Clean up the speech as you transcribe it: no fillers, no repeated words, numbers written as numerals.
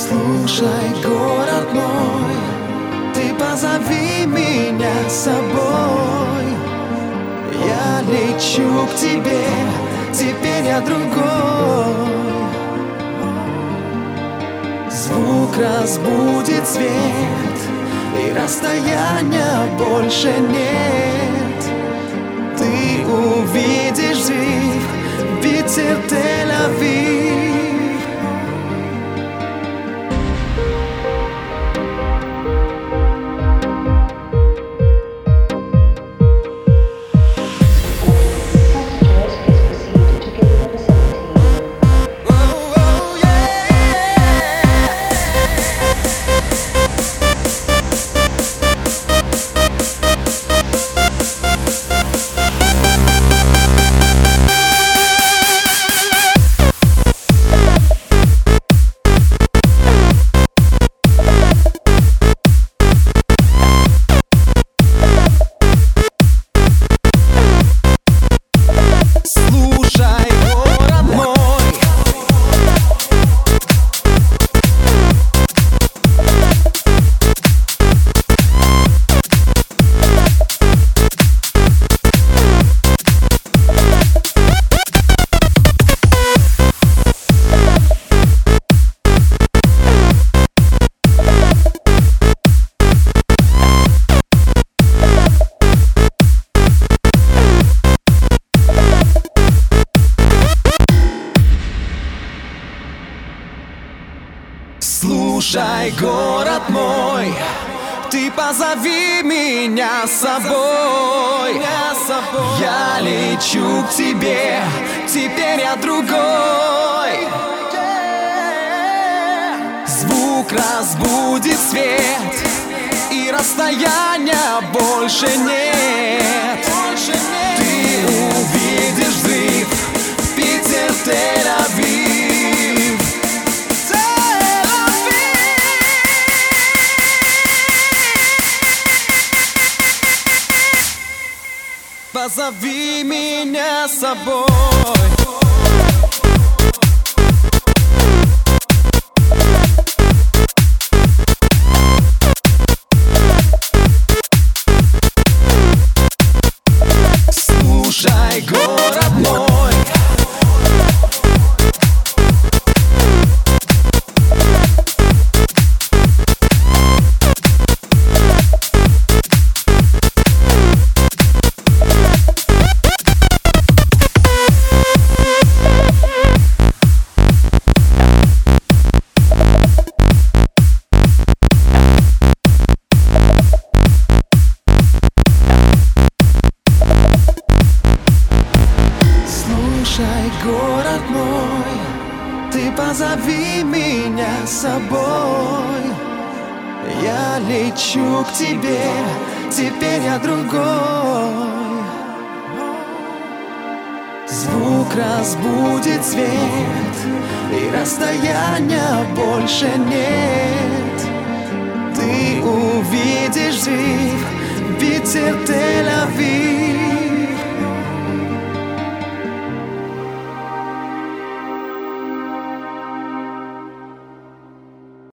Слушай, город мой, ты позови меня с собой. Я лечу к тебе, теперь я другой. Звук разбудит свет, и расстояния больше нет. Ты увидишь взрыв, ветер Тель-Авив. Слушай, город мой, ты позови меня с собой. Я лечу к тебе, теперь я другой. Звук разбудит свет, и расстояния больше нет. Ты увидишь взрыв, Питер, Тель-Авив. Позови меня с собой. Слушай, город мой. Слушай, город мой, ты позови меня с собой. Я лечу к тебе, теперь я другой. Звук разбудит свет, и расстояния больше нет. Ты увидишь взрыв, ветер Тель-Авив.